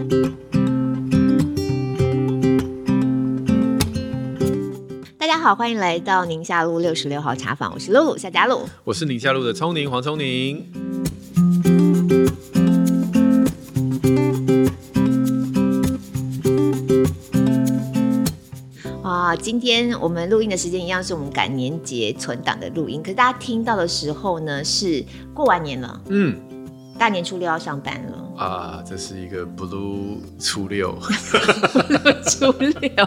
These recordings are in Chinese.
大家好，欢迎来到宁夏路66号茶坊，我是露露夏嘉露， 我是宁夏路的聪宁黄聪宁。 今天我们录音的时间一样是我们赶年节存档的录音，可是大家听到的时候呢是过完年了，大年初六要上班了啊，这是一个 Blue 初六初六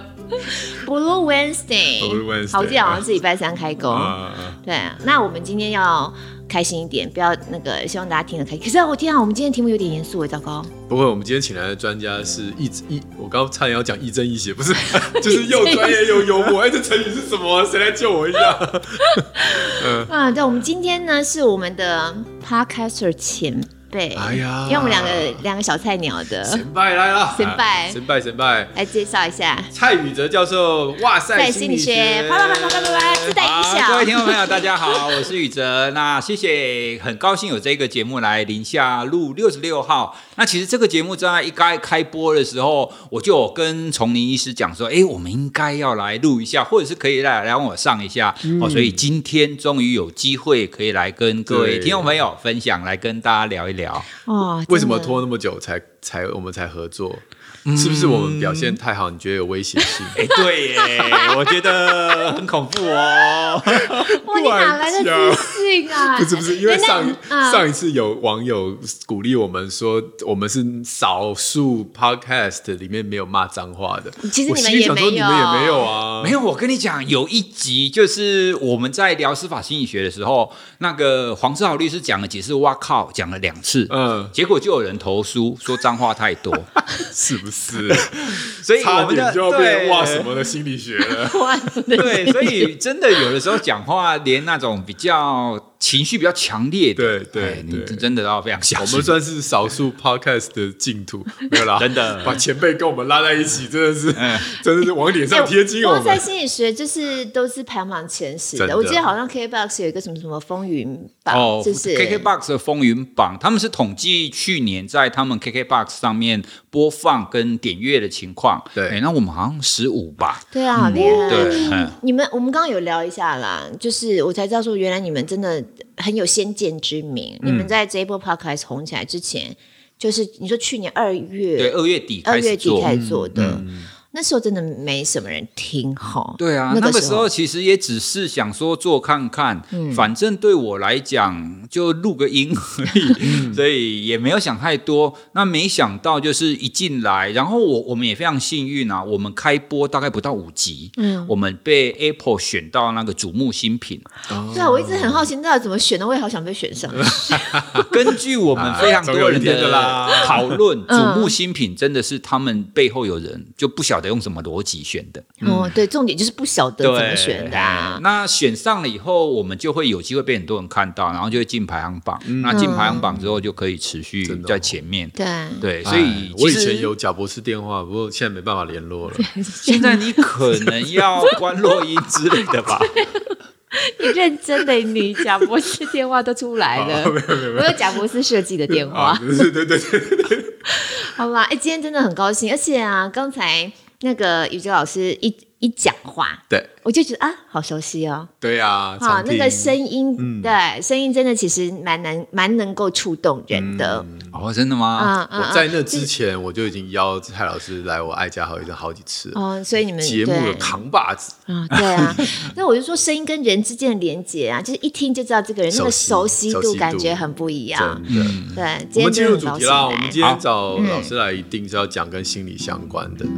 Blue Wednesday， 好，我记得好像是礼拜三开工，对啊，那我们今天要开心一点，不要希望大家听得开心。可是我天啊，我们今天题目有点严肃，糟糕。 不会，我们今天请来的专家是我刚刚差点要讲亦正亦邪，不是，就是又专业又幽默。这成语是什么？谁来救我一下？ 对，我们今天呢是我们的 Podcaster 前辈，哎呀，因为我们两个小菜鸟的前辈来了， 前辈来介绍一下蔡宇哲教授，哇塞， 心理学，啪，自带音效。 各位听众朋友，大家好，我是宇哲。那谢谢，很高兴有这个节目来宁夏路66号。那其实这个节目在一开播的时候，我就有跟崇宁医师讲说，我们应该要来录一下，或者是可以来让我上一下。所以今天终于有机会可以来跟各位听众朋友分享，来跟大家聊一聊。 为什么拖那么久我们才合作？是不是我们表现太好，你觉得有威胁性？ 对耶，我觉得很恐怖哦。 哇，你哪来的自信啊？ 不是，因为上一次有网友鼓励我们说，我们是少数 podcast 里面没有骂脏话的。 其实你们也没有， 你们也没有啊。 没有，我跟你讲，有一集就是我们在聊司法心理学的时候，那个黄志豪律师讲了几次，哇靠，讲了2次，结果就有人投诉说脏话太多， 是不是？ 所以我们就要变哇什么的心理学了。 对，所以真的有的时候讲话，连那种比较情绪比较强烈的，对，你真的要非常小心。 我们算是少数 podcast 的净土，没有啦， 真的把前辈跟我们拉在一起，真的是往脸上贴金。 哇塞，心理学就是都是排行榜前10的。我记得好像 KKBOX 有一个什么风云榜，就是 KKBOX 的风云榜，他们是统计去年在他们 KKBOX 上面播放跟点阅的情况。对，那我们好像15吧。 对啊，好厉害。对，我们刚刚有聊一下啦，就是我才知道说，原来你们真的很有先见之明。你们在这一波 podcast 红起来之前，就是你说去年2月底开始做的。那时候真的没什么人听齁。 对啊，那个时候其实也只是想说做看看，反正对我来讲就录个音而已，所以也没有想太多。那没想到就是一进来，然后我们也非常幸运啊，我们开播大概不到5集，我们被 Apple 选到那个瞩目新品。 对啊，我一直很好奇到底怎么选的，我也好想被选上。 根据我们非常多人的讨论，瞩目新品真的是他们背后有人，就不晓得用什么逻辑选的。 对，重点就是不晓得怎么选的啊。 那选上了以后，我们就会有机会被很多人看到，然后就会进排行榜。那进排行榜之后，就可以持续在前面。对，所以我以前有贾博士电话，不过现在没办法联络了。 现在你可能要关落音之类的吧。 你认真的，你贾博士电话都出来了。 没有， 我有贾博士设计的电话。 对。 好啦，今天真的很高兴，而且啊，刚才那个宇哲老师一讲话， 对， 我就觉得好熟悉哦。 对啊， 那个声音，对，声音真的其实蛮能够触动人的。 真的吗？ 我在那之前我就已经邀蔡老师来我爱家好几次了。 所以你们节目的扛把子对啊。那我就说声音跟人之间的连结啊，就是一听就知道这个人那个熟悉度感觉很不一样。 真的， 对。 我们进入主题啦，我们今天找老师来一定是要讲跟心理相关的。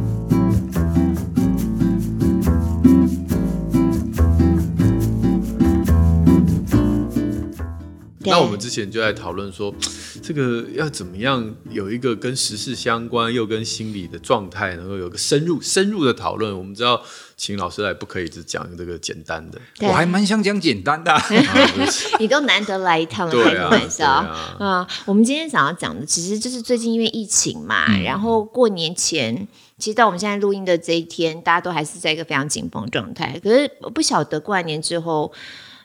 那我们之前就在讨论说，这个要怎么样有一个跟时事相关又跟心理的状态能够有个深入的讨论。我们知道请老师来不可以只讲这个简单的， 我还蛮想讲简单的。 你都难得来一趟了，开个玩笑。我们今天想要讲的其实就是最近因为疫情嘛，然后过年前其实到我们现在录音的这一天，大家都还是在一个非常紧绷状态。可是不晓得过完年之后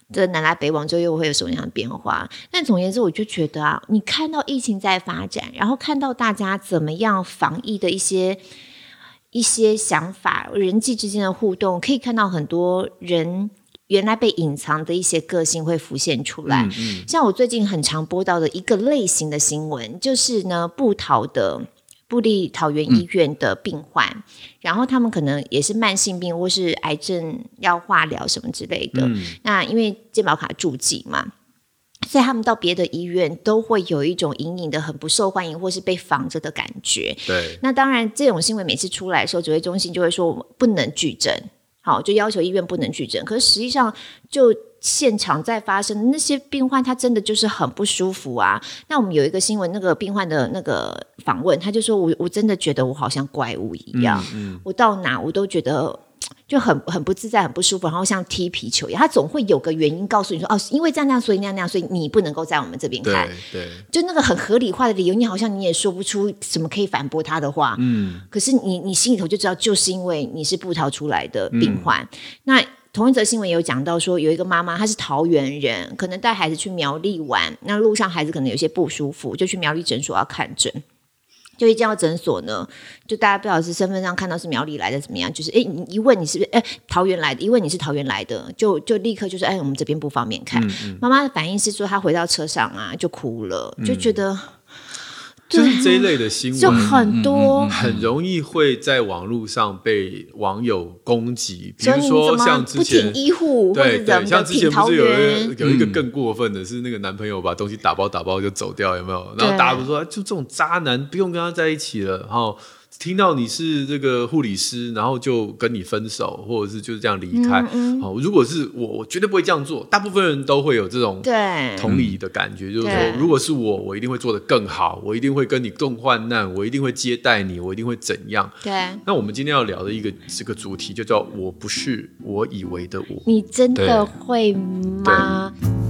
的南来北往之后又会有什么样的变化。但总而言之，我就觉得啊，你看到疫情在发展，然后看到大家怎么样防疫的一些想法，人际之间的互动，可以看到很多人原来被隐藏的一些个性会浮现出来。像我最近很常播到的一个类型的新闻，就是呢部立桃园医院的病患，然后他们可能也是慢性病或是癌症要化疗什么之类的，那因为健保卡注记嘛，所以他们到别的医院都会有一种隐隐的很不受欢迎或是被防着的感觉。 对， 那当然这种新闻每次出来的时候，指挥中心就会说不能拒诊，好，就要求医院不能拒诊。可是实际上就现场在发生那些病患，他真的就是很不舒服啊。那我们有一个新闻，那个病患的那个访问，他就说我真的觉得我好像怪物一样，我到哪我都觉得就很不自在，很不舒服，然后像踢皮球一样。他总会有个原因告诉你说，哦，因为这样所以那样，所以你不能够在我们这边看。 对， 就那个很合理化的理由，你好像你也说不出什么可以反驳他的话。可是你心里头就知道，就是因为你是部桃出来的病患。那同一则新闻也有讲到说，有一个妈妈她是桃园人，可能带孩子去苗栗玩，那路上孩子可能有些不舒服，就去苗栗诊所要看诊。就一进到诊所呢，就大家不知道是身份上看到是苗栗来的怎么样，就是你一问你是不是桃园来的，一问你是桃园来的，就立刻就说我们这边不方便看。妈妈的反应是说，她回到车上啊就哭了，就觉得。 就是这一类的新闻就很多， 很容易会在网络上被网友攻击，比如说像之前不挺医护， 对，像之前不是有一个更过分的是，那个男朋友把东西打包就走掉，有没有？然后大家不说，就这种渣男不用跟他在一起了，然后听到你是这个护理师，然后就跟你分手，或者是就是这样离开。如果是我绝对不会这样做。大部分人都会有这种同理的感觉，就是说，如果是我一定会做得更好，我一定会跟你共患难，我一定会接待你，我一定会怎样。 对。 那我们今天要聊的这个主题就叫“我不是我以为的我”。 你真的会吗？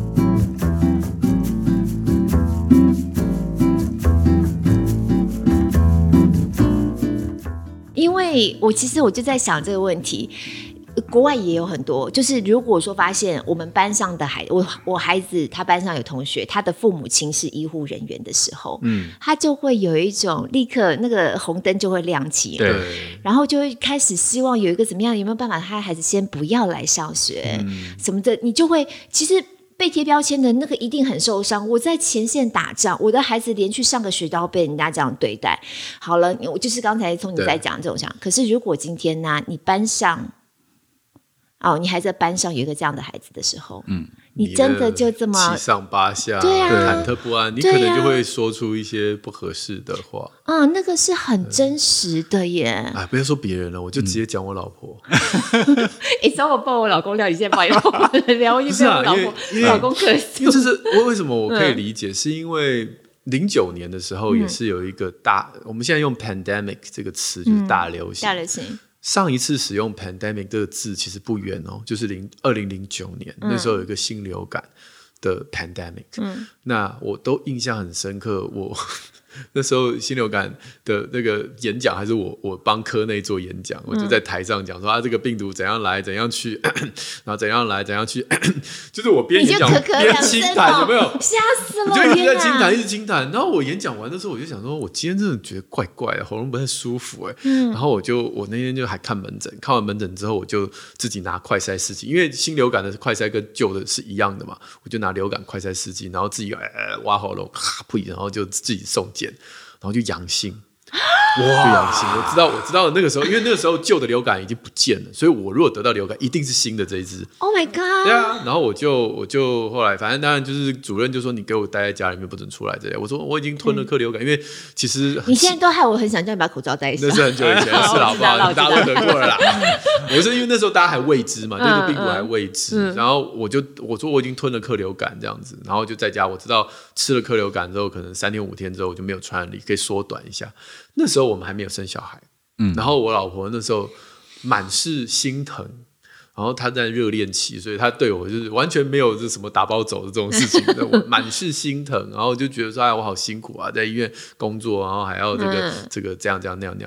因为其实我就在想这个问题，国外也有很多，就是如果说发现我们班上的我孩子他班上有同学，他的父母亲是医护人员的时候，他就会有一种立刻那个红灯就会亮起， 对， 然后就会开始希望有一个怎么样，有没有办法他孩子先不要来上学，什么的，你就会其实。被贴标签的那个一定很受伤。我在前线打仗，我的孩子连去上个学都要被人家这样对待。好了，我就是刚才从你在讲这种想，可是如果今天呢，你班上你还在班上有一个这样的孩子的时候，你真的就这么七上八下， 对啊， 忐忑不安，你可能就会说出一些不合适的话。 那个是很真实的耶。 不要说别人了，我就直接讲我老婆。 找我帮我老公聊，你现在帮我老婆聊，因为我老公可惜。 因为这是为什么我可以理解，是因为09年的时候也是有一个我们现在用 pandemic 这个词就是大流行。 大流行。 上一次使用 pandemic 这个字其实不远就是2009年，那时候有一个新流感的 pandemic，那我都印象很深刻。我那时候新流感的那个演讲还是我帮科内做演讲，我就在台上讲说这个病毒怎样来怎样去，然后怎样来怎样去，就是我边演讲边轻谈，有没有？ 吓死了！ 我就一直在轻谈，一直轻谈。然后我演讲完的时候，我就想说，我今天真的觉得怪怪的，喉咙不太舒服然后我那天就还看门诊，看完门诊之后，我就自己拿快筛试剂，因为新流感的快筛跟旧的是一样的嘛，我就拿流感快筛试剂，然后自己挖喉咙，呸，然后就自己送检。然后就阳性，就阳性。我知道那个时候，因为那个时候旧的流感已经不见了，所以我如果得到流感，一定是新的这一支。 Oh my god！ 对啊，然后我就后来，反正当然就是主任就说你给我待在家里面不准出来这类。我说我已经吞了颗流感，因为其实你现在都害我很想叫你把口罩戴上。 那是很久以前的事了，好不好？大家都得过了啦。我是因为那时候大家还未知嘛，这个病毒还未知，然后我说我已经吞了颗流感这样子，然后就在家，我知道吃了颗流感之后，可能3天5天之后我就没有传染力，可以缩短一下。那时候我们还没有生小孩，然后我老婆那时候满是心疼，然后她在热恋期，所以她对我就是完全没有这什么打包走的这种事情，我满是心疼，然后就觉得说我好辛苦啊，在医院工作，然后还要这个这样那样的。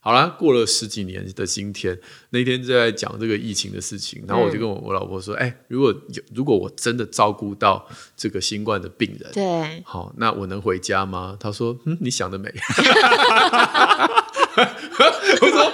好啦，过了10几年的今天，那天在讲这个疫情的事情，然后我就跟我老婆说，如果我真的照顾到这个新冠的病人， 对， 好，那我能回家吗？她说，你想得美。我说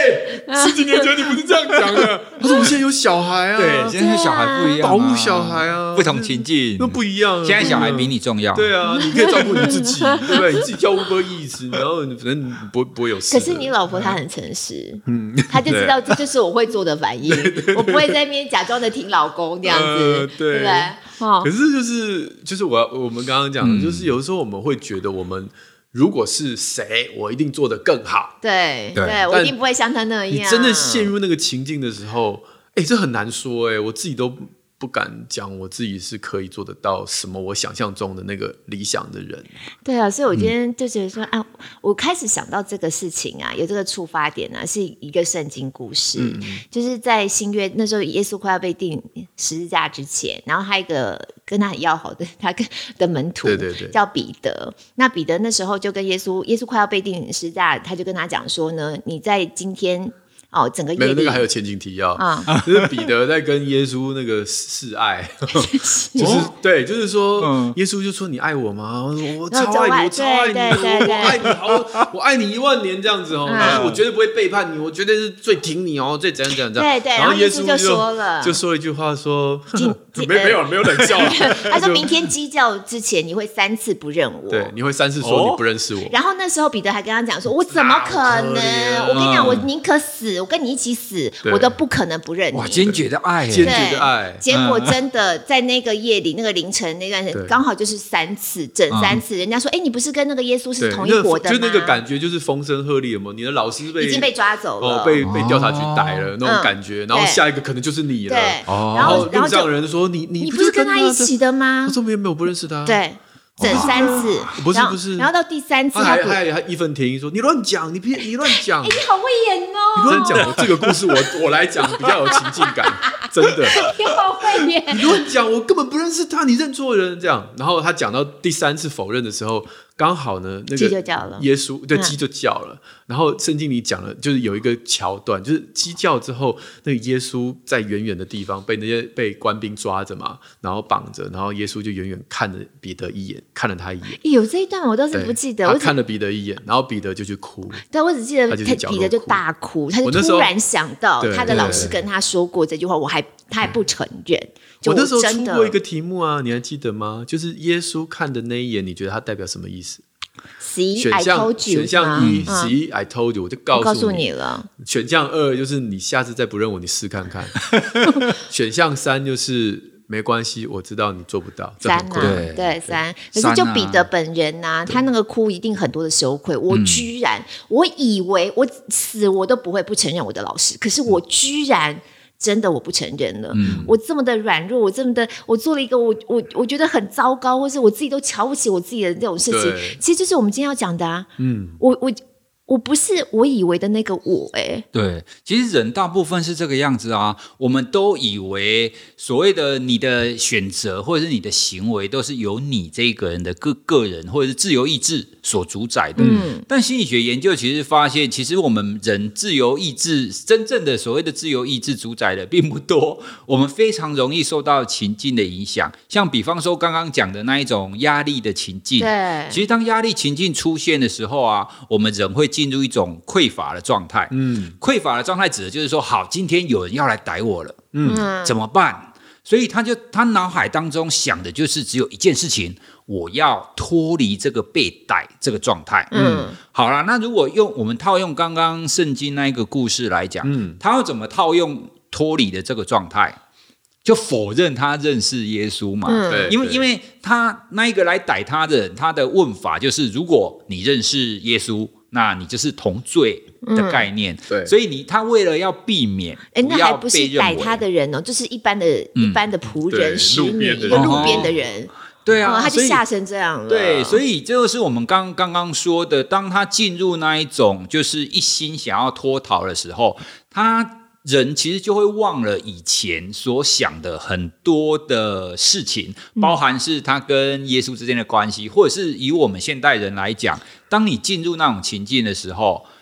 ，10几年前你不是这样讲的。他说我现在有小孩啊， 对，现在小孩不一样， 保护小孩啊， 不同情境那不一样。 现在小孩比你重要。 对啊，你可以照顾你自己，对不对？你自己叫Uber Eats，然后反正你不会有事。 可是你老婆她很诚实，她就知道这就是我会做的反应，我不会在那边假装的听老公这样子，对不对？ 可是就是我们刚刚讲的，就是有的时候我们会觉得我们。如果是谁，我一定做得更好。 对，我一定不会像他那样。 你真的陷入那个情境的时候，这很难说。我自己都不敢讲，我自己是可以做得到什么我想象中的那个理想的人。 对啊，所以我今天就觉得说，我开始想到这个事情啊，有这个触发点啊，是一个圣经故事，就是在新约那时候，耶稣快要被钉十字架之前，然后还有一个跟他很要好的他的门徒，对，叫彼得。那彼得那时候就跟耶稣快要被钉十字架，他就跟他讲说呢，你在今天。整个夜里没有那个还有前情提要就是彼得在跟耶稣那个示爱，就是对，就是说耶稣就说你爱我吗？我超爱你，我超爱你，我爱你，我爱你10000年这样子我绝对不会背叛你，我绝对是最挺你最怎样。 对，然后耶稣就说了一句话说，没有冷笑了， 他说明天鸡叫之前你会3次不认我， 对，你会3次说你不认识我。 然后那时候彼得还跟他讲说，我怎么可能？我跟你讲，我宁可死。我跟你一起死，我都不可能不认你。 哇，坚决的爱， 坚决的爱。 结果真的在那个夜里，那个凌晨那段时间，刚好就是3次，整3次。人家说，你不是跟那个耶稣是同一国的吗？ 就那个感觉，就是风声鹤唳嘛。你的老师已经被抓走了， 被调查局逮了那种感觉。然后下一个可能就是你了。 对， 然后路上人说你不是跟他一起的吗？ 他说没有，我不认识他。 对。整3次， 不是， 然后到第3次， 他还义愤填膺说：“你乱讲，你乱讲， 你好会演哦！ 你乱讲，我这个故事我来讲比较有情境感，真的。 你好会演， 你乱讲，我根本不认识他，你认错人这样。然后他讲到第3次否认的时候，刚好呢，那个鸡就叫了， 耶稣对鸡就叫了。然后圣经里讲了，就是有一个桥段，就是鸡叫之后，那个耶稣在远远的地方被那些被官兵抓着嘛，然后绑着，然后耶稣就远远看了彼得一眼，看了他一眼。 有这一段我倒是不记得， 他看了彼得一眼，然后彼得就去哭。 对，我只记得彼得就大哭，他就突然想到他的老师跟他说过这句话，他还不承认。 我那时候出过一个题目啊，你还记得吗？就是耶稣看的那一眼，你觉得它代表什么意思 ？See, I told you 选项1 See, I told you 我就告诉你了。 选项2就是你下次再不认我，你试看看。选项3就是没关系，我知道你做不到。 3啊，对3。可是就彼得本人啊，他那个哭一定很多的羞愧。我居然，我以为我死我都不会不承认我的老师，可是我居然。真的我不承认了，我这么的软弱，我做了一个我觉得很糟糕，或是我自己都瞧不起我自己的这种事情，其实就是我们今天要讲的啊。我不是我以为的那个我对，其实人大部分是这个样子啊，我们都以为所谓的你的选择或者是你的行为都是由你这个人的个人或者是自由意志所主宰的。但心理学研究其实发现，其实我们人自由意志真正的所谓的自由意志主宰的并不多，我们非常容易受到情境的影响。像比方说刚刚讲的那一种压力的情境， 对， 其实当压力情境出现的时候啊，我们人会进入一种匮乏的状态。匮乏的状态指的就是说，好，今天有人要来逮我了，怎么办？所以他脑海当中想的就是只有一件事情，我要脱离这个被逮这个状态。好啦，那如果我们套用刚刚圣经那一个故事来讲，他要怎么套用脱离的这个状态？就否认他认识耶稣嘛。因为他那一个来逮他的人，他的问法就是，如果你认识耶稣，那你就是同罪的概念。所以他为了要避免那还不是逮他的人哦，就是一般的仆人、使女，一个路边的人。 对啊， 他就吓成这样了。 对，所以这就是我们刚刚说的，当他进入那一种就是一心想要脱逃的时候，人其实就会忘了以前所想的很多的事情，包含是他跟耶稣之间的关系，或者是以我们现代人来讲，当你进入那种情境的时候，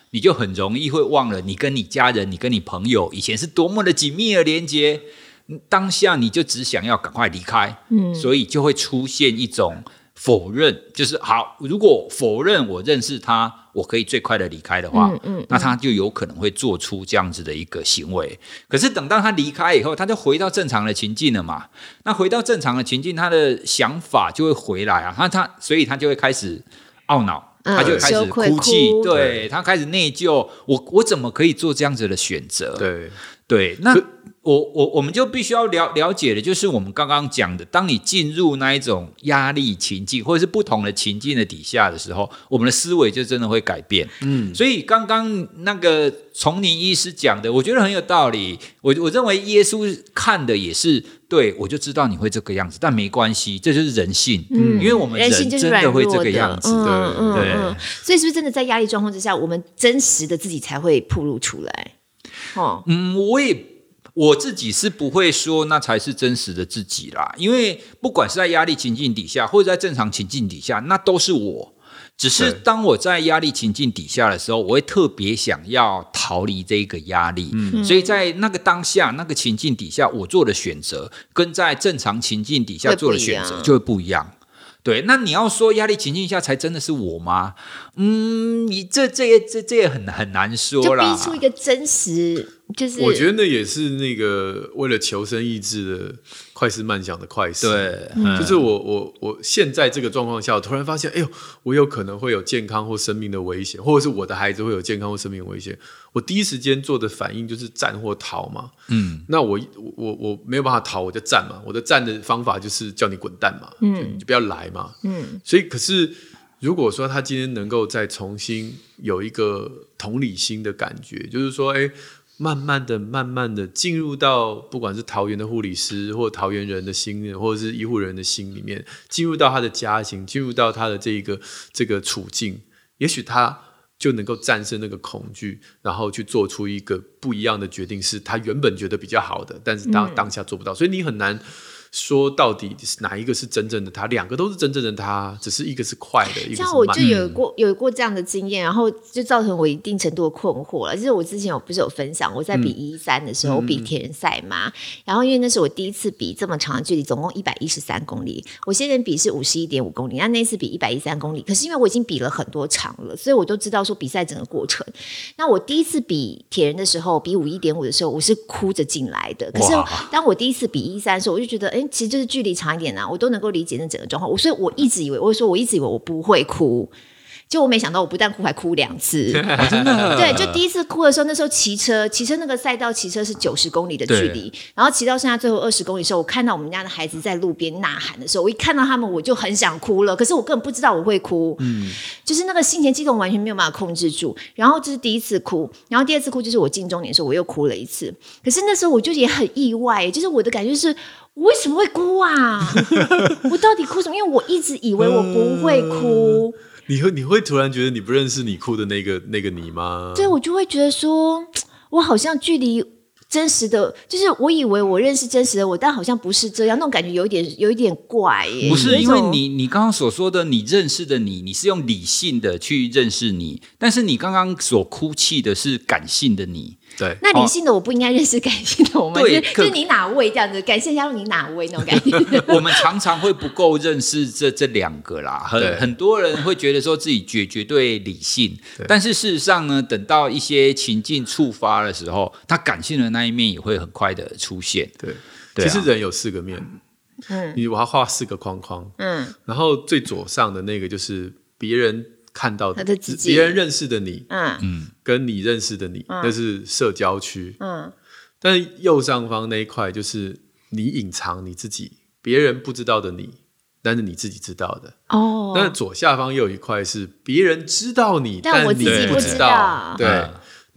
你就很容易会忘了你跟你家人、你跟你朋友以前是多么的紧密的连接，当下你就只想要赶快离开，所以就会出现一种否认，就是好，如果否认我认识他，我可以最快的离开的话，那他就有可能会做出这样子的一个行为。可是等到他离开以后，他就回到正常的情境了嘛。那回到正常的情境，他的想法就会回来啊，所以他就会开始懊恼，他就会开始哭泣，对，他开始内疚，我怎么可以做这样子的选择？对，那我们就必须要了解的，就是我们刚刚讲的，当你进入那一种压力情境，或者是不同的情境的底下的时候，我们的思维就真的会改变。所以刚刚那个从宁医师讲的，我觉得很有道理。我认为耶稣看的也是，对，我就知道你会这个样子，但没关系，这就是人性。因为我们人真的会这个样子。对， 所以是不是真的在压力状况之下，我们真实的自己才会暴露出来？ 我自己是不会说那才是真实的自己啦，因为不管是在压力情境底下，或者在正常情境底下，那都是我。只是当我在压力情境底下的时候，我会特别想要逃离这个压力，所以在那个当下、那个情境底下，我做的选择跟在正常情境底下做的选择就会不一样。对，那你要说压力情境下才真的是我吗？你这也很难说啦， 就逼出一个真实，就是我觉得那也是那个为了求生意志的快思慢想的快思。 对， 就是我现在这个状况下，我突然发现，哎呦，我有可能会有健康或生命的危险，或者是我的孩子会有健康或生命的危险，我第一时间做的反应就是战或逃嘛。那我没有办法逃，我就战嘛。我的战的方法就是叫你滚蛋嘛，你就不要来嘛。所以可是如果说他今天能够再重新有一个同理心的感觉，就是说，慢慢的进入到不管是桃园的护理师或桃园人的心，或者是医护人的心里面，进入到他的家庭，进入到他的这个处境，也许他就能够战胜那个恐惧，然后去做出一个不一样的决定，是他原本觉得比较好的，但是当下做不到，所以你很难说到底哪一个是真正的他，两个都是真正的他，只是一个是快的，一个是慢的。 像我就有过这样的经验，然后就造成我一定程度的困惑了。就是我之前不是有分享，我在比113的时候，我比铁人赛嘛，然后因为那是我第一次比这么长的距离，总共113公里，我现在比是51.5公里，那次比113公里，可是因为我已经比了很多场了，所以我都知道说比赛整个过程。那我第一次比铁人的时候，比51.5的时候，我是哭着进来的。可是当我第一次比113的时候，我就觉得其实就是距离长一点啊，我都能够理解那整个状况。所以我一直以为我不会哭，就我没想到我不但哭还哭2次。 真的？ 对，就第一次哭的时候，那时候骑车那个赛道骑车是90公里的距离，然后骑到剩下最后20公里的时候，我看到我们家的孩子在路边呐喊的时候，我一看到他们我就很想哭了，可是我根本不知道我会哭，就是那个心前激动完全没有办法控制住。然后这是第一次哭，然后第二次哭就是我进终点的时候我又哭了1次。可是那时候我就也很意外，就是我的感觉是我为什么会哭啊？我到底哭什么？因为我一直以为我不会哭。 你会突然觉得你不认识你哭的那个你吗？ 对，我就会觉得说，我好像距离真实的，就是我以为我认识真实的我，但好像不是这样，那种感觉有一点怪耶。 不是因为你刚刚所说的你认识的你是用理性的去认识你，但是你刚刚所哭泣的是感性的你。 对， 那理性的我不应该认识感性的我们，就是你哪位这样子，感性加入你哪位那种感觉。 我们常常会不够认识这两个啦，很多人会觉得说自己绝对理性，但是事实上呢，等到一些情境触发的时候，他感性的那一面也会很快的出现。 对，其实人有4个面，我要画4个框框，然后最左上的那个就是别人看到的别人认识的你，跟你认识的你，那是社交区，但是右上方那一块就是你隐藏你自己，别人不知道的你，但是你自己知道的。但是左下方又有一块是别人知道你，但我自己不知道。 对，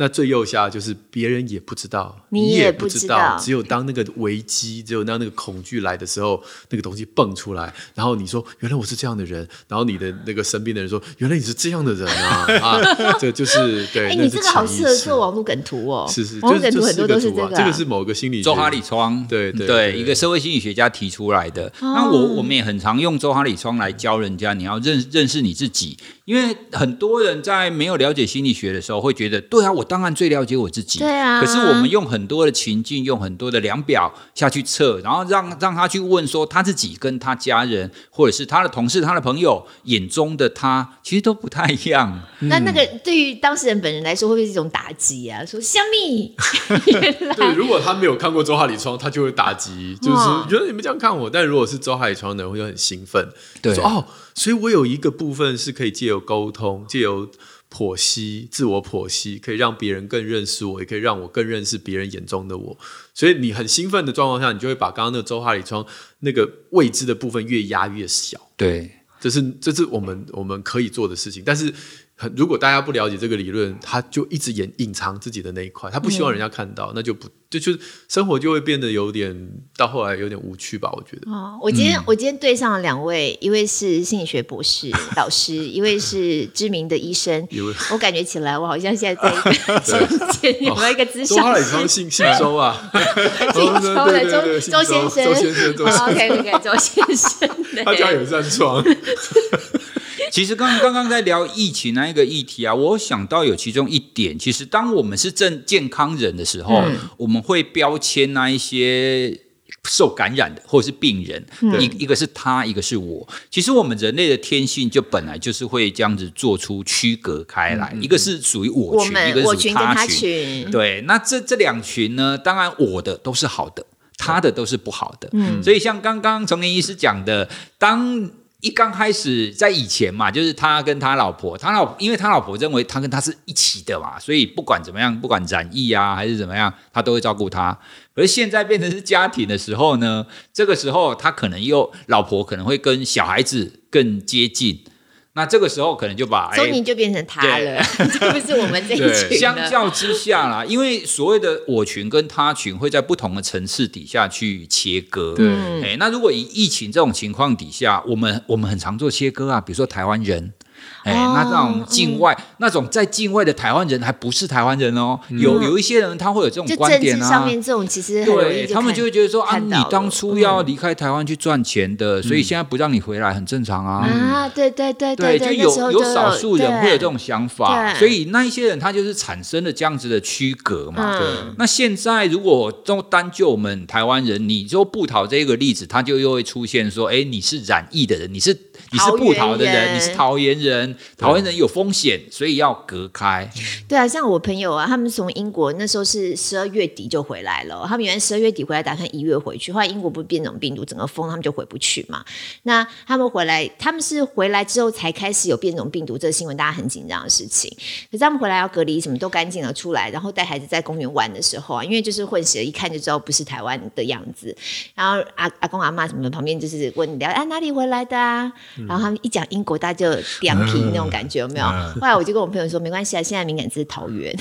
那最右下就是别人也不知道， 你也不知道， 只有当那个危机，只有当那个恐惧来的时候，那个东西蹦出来，然后你说原来我是这样的人，然后你的那个身边的人说原来你是这样的人啊这就是对。 你这个好适合做网络梗图哦， 是网络梗图很多都是这个， 这个是某个心理学周哈里窗，对，一个社会心理学家提出来的。那我们也很常用周哈里窗来教人家，你要认识你自己。因为很多人在没有了解心理学的时候，会觉得对啊，我当然最了解我自己。 对啊。 可是我们用很多的情境，用很多的量表下去测，然后让他去问说他自己跟他家人，或者是他的同事、他的朋友眼中的他，其实都不太一样。 那个对于当事人本人来说，会不会是一种打击啊？说虾米？ 对，如果他没有看过周哈里窗，他就会打击，就是觉得你们这样看我。但如果是周哈里窗的人，会很兴奋，对，说哦。所以我有一个部分是可以借由沟通，借由剖析，自我剖析，可以让别人更认识我，也可以让我更认识别人眼中的我。所以你很兴奋的状况下，你就会把刚刚那个周哈里窗那个未知的部分越压越小。 对，这是我们可以做的事情。但是如果大家不了解这个理论，他就一直隐藏自己的那一块，他不希望人家看到，那就不就是生活就会变得有点到后来有点无趣吧，我觉得。 我今天对上了2位，一位是心理学博士老师，一位是知名的医生。我感觉起来，我好像现在在一个见有没有一个咨商？ 周哈里窗姓周啊， 姓周的周先生。OK， 周先生， 他家有扇窗。 其实刚刚在聊疫情那一个议题啊，我想到有其中一点，其实当我们是正健康人的时候，我们会标签那一些受感染的或者是病人，一个是他，一个是我。其实我们人类的天性就本来就是会这样子做出区隔开来，一个是属于我群，一个是属于他群。对，那这2群呢，当然我的都是好的，他的都是不好的。所以像刚刚丛林医师讲的，一刚开始在以前嘛，就是他跟他老婆，因为他老婆认为他跟他是一起的嘛，所以不管怎么样，不管染疫啊还是怎么样，他都会照顾他。而现在变成是家庭的时候呢，这个时候他可能老婆可能会跟小孩子更接近。那这个时候可能就把周宁就变成他了，这不是我们这一群。 相较之下啦，因为所谓的我群跟他群会在不同的层次底下去切割。对，那如果以疫情这种情况底下，我们很常做切割啊，比如说台湾人。那种境外，那种在境外的台湾人还不是台湾人哦，有一些人他会有这种观点啊， 政治上面这种其实很容易他们就会觉得说啊，你当初要离开台湾去赚钱的，所以现在不让你回来很正常啊。 对， 就有少数人会有这种想法，所以那一些人他就是产生了这样子的区隔嘛。那现在如果都单就我们台湾人，你就不讨这个例子，他就又会出现说，你是染疫的人，你是不逃的人，你是桃园人有风险，所以要隔开。 对啊，像我朋友啊，他们从英国那时候是12月底就回来了，他们原来12月底回来打算1月回去，后来英国不是变种病毒整个封，他们就回不去嘛。那他们是回来之后才开始有变种病毒这个新闻，大家很紧张的事情。可是他们回来要隔离，什么都干净了出来，然后带孩子在公园玩的时候啊，因为就是混血，一看就知道不是台湾的样子。然后阿公阿嬷什么的旁边就是问聊哪里回来的啊，然后他们一讲英国，大家就凉皮那种感觉，有没有？后来我就跟我朋友说，没关系啊，现在敏感字是桃园。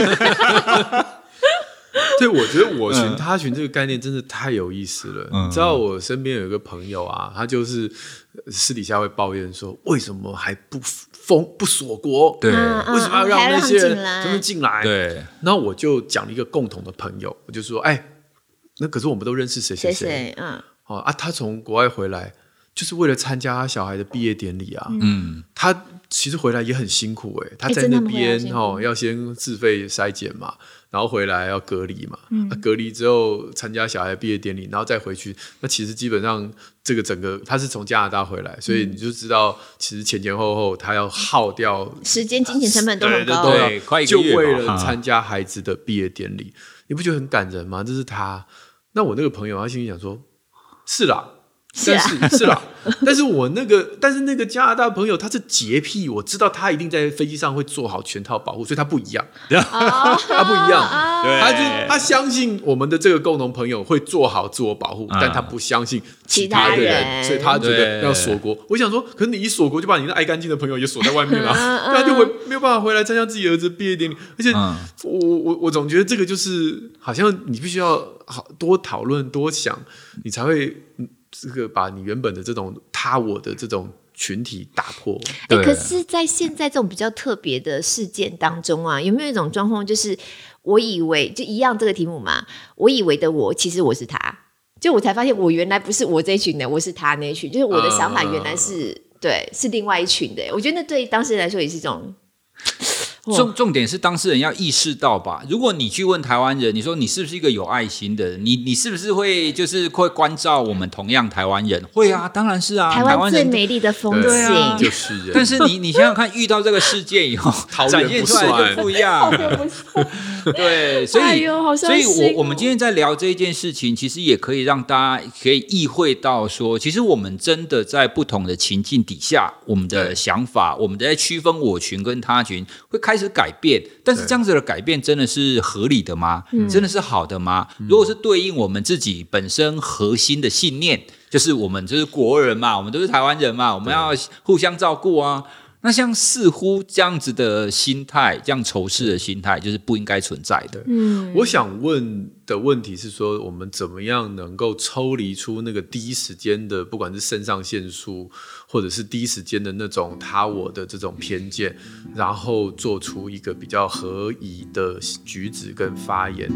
对，我觉得我群他群这个概念真的太有意思了。你知道我身边有一个朋友啊，他就是私底下会抱怨说，为什么还不锁国？对，为什么要让那些人他们进来？对，然后我就讲了一个共同的朋友，我就说，那可是我们都认识谁，他从国外回来。就是为了参加他小孩的毕业典礼啊，他其实回来也很辛苦他在那边要先自费筛检嘛，然后回来要隔离嘛，隔离之后参加小孩的毕业典礼，然后再回去，那其实基本上这个整个他是从加拿大回来，所以你就知道其实前后他要耗掉时间、金钱成本都很高， 对，快1个月就为了参加孩子的毕业典礼，你不觉得很感人吗？这是他。那我那个朋友他心里想说，是啦。 是啦，但是那个加拿大朋友他是洁癖，我知道他一定在飞机上会做好全套保护，所以他不一样，他不一样，他相信我们的这个共同朋友会做好自我保护，但他不相信其他的人，所以他觉得要锁国。我想说，可是你一锁国，就把你那爱干净的朋友也锁在外面了，他就没有办法回来参加自己儿子毕业典礼。而且我总觉得这个就是好像你必须要多讨论多想，你才会这个把你原本的这种他我的这种群体打破。 可是在现在这种比较特别的事件当中啊，有没有一种状况，就是我以为就一样这个题目嘛，我以为的其实我是他，就我才发现我原来不是我这一群的，我是他那一群，就是我的想法原来是是另外一群的。我觉得那对当事人来说也是一种重点是当事人要意识到吧。如果你去问台湾人，你说你是不是一个有爱心的人，你是不是会会关照我们同样台湾人？会啊，当然是啊， 台湾最美丽的风景就是人。 但是你想想看，遇到这个事件以后展现出来就不一样。对，所以我们今天在聊这一件事情，其实也可以让大家可以意会到说，其实我们真的在不同的情境底下，我们的想法，我们在区分我群跟他群会开始改变，但是这样子的改变真的是合理的吗？真的是好的吗？如果是对应我们自己本身核心的信念，就是我们就是国人嘛，我们都是台湾人嘛，我们要互相照顾啊。那像似乎这样子的心态，这样仇视的心态，就是不应该存在的。 我想问的问题是说，我们怎么样能够抽离出那个第一时间的，不管是肾上腺素，或者是第一时间的那种他我的这种偏见，然后做出一个比较合宜的举止跟发言。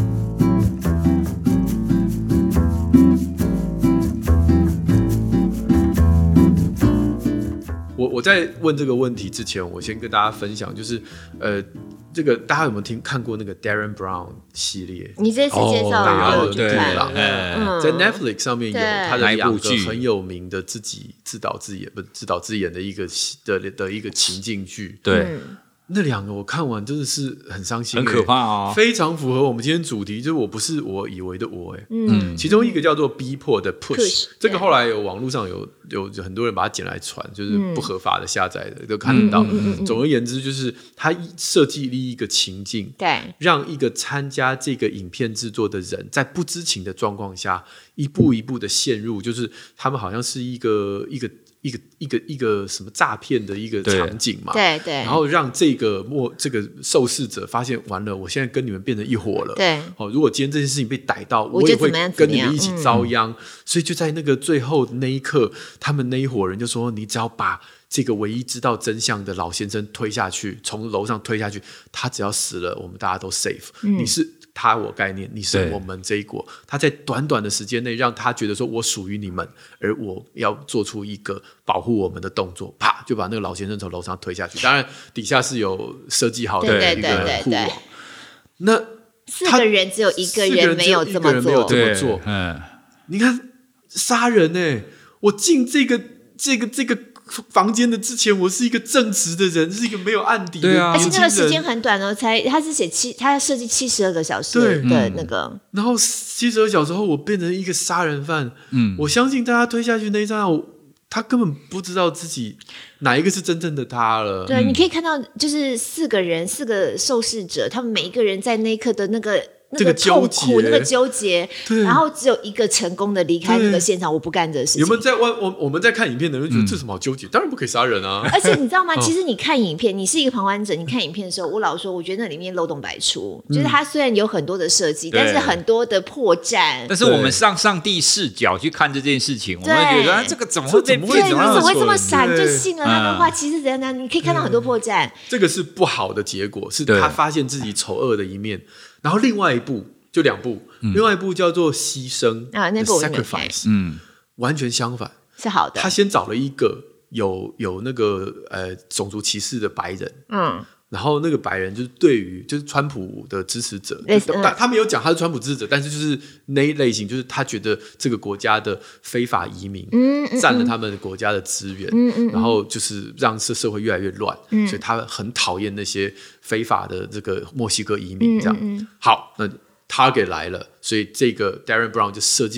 我在问这个问题之前，我先跟大家分享，就是这个大家有没有看过那个 Darren Brown 系列？ 你这次介绍对，在 Netflix 上面有他的2个很有名的自己自导自演的一个情境剧。 对。 那2个我看完真的是很伤心， 很可怕哦， 非常符合我们今天主题，就是我不是我以为的我。其中一个叫做逼迫的 push， 这个后来网络上有很多人把它剪来传，就是不合法的下载的都看得到。总而言之，就是他设计了一个情境，让一个参加这个影片制作的人在不知情的状况下，一步一步的陷入，就是他们好像是一个什么诈骗的一个场景嘛， 对， 然后让这个受试者发现，完了，我现在跟你们变成一伙了， 对， 如果今天这件事情被逮到，我也会跟你们一起遭殃，所以就在那个最后的那一刻，他们那一伙人就说，你只要把这个唯一知道真相的老先生推下去，从楼上推下去，他只要死了，我们大家都 safe，你是他我概念，你是我们这一国，他在短短的时间内让他觉得说我属于你们，而我要做出一个保护我们的动作，啪就把那个老先生从楼上推下去，当然底下是有设计好的一个护网。那 4个人只有1个人没有这么做， 你看杀人我进这个房间的之前，我是一个正直的人，是一个没有案底的年轻人， 而且那个时间很短他是写他设计72个小时的那个， 然后72小时后我变成一个杀人犯。我相信大家推下去那一刹那，他根本不知道自己哪一个是真正的他了。 对，你可以看到就是4个受试者，他们每一个人在那一刻的那个痛苦，那个纠结，然后只有一个成功的离开那个现场，我不干这个事情。 有没有在我们在看影片的人觉得这什么好纠结？当然不可以杀人啊！ 而且你知道吗？其实你看影片，你是一个旁观者，你看影片的时候，我老说，我觉得那里面漏洞百出，就是它虽然有很多的设计，但是很多的破绽。 但是我们上帝视角去看这件事情，我们会觉得这个怎么会被骗？ 你怎么会这么闪就信了他的话？其实怎样？你可以看到很多破绽。 这个是不好的结果，是他发现自己丑恶的一面。然后另外一部就2部，另外一部叫做牺牲那部 sacrifice， 完全相反， 是好的。 他先找了一个有那个种族歧视的白人，然后那个白人就是对于就是川普的支持者，他没有讲他是川普支持者，但是就是那一类型，就是他觉得这个国家的非法移民占了他们国家的资源，然后就是让社会越来越乱，所以他很讨厌那些非法的这个墨西哥移民这样。好，那 target 来了，所以这个 Darren Brown 就设计了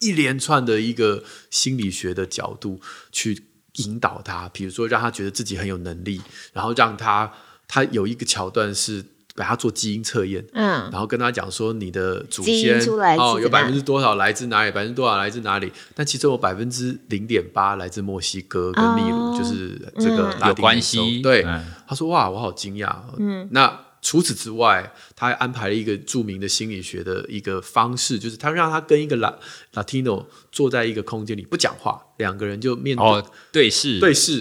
一连串的一个心理学的角度去引导他，比如说让他觉得自己很有能力，然后让他有一个桥段是给他做基因测验，然后跟他讲说你的祖先有多少来自哪里，多少来自哪里，但其中有0.8%来自墨西哥跟秘鲁，就是这个拉丁美洲。对，他说哇，我好惊讶。那除此之外，他还安排了一个著名的心理学的一个方式，就是他让他跟一个Latino 坐在一个空间里不讲话，两个人就面对视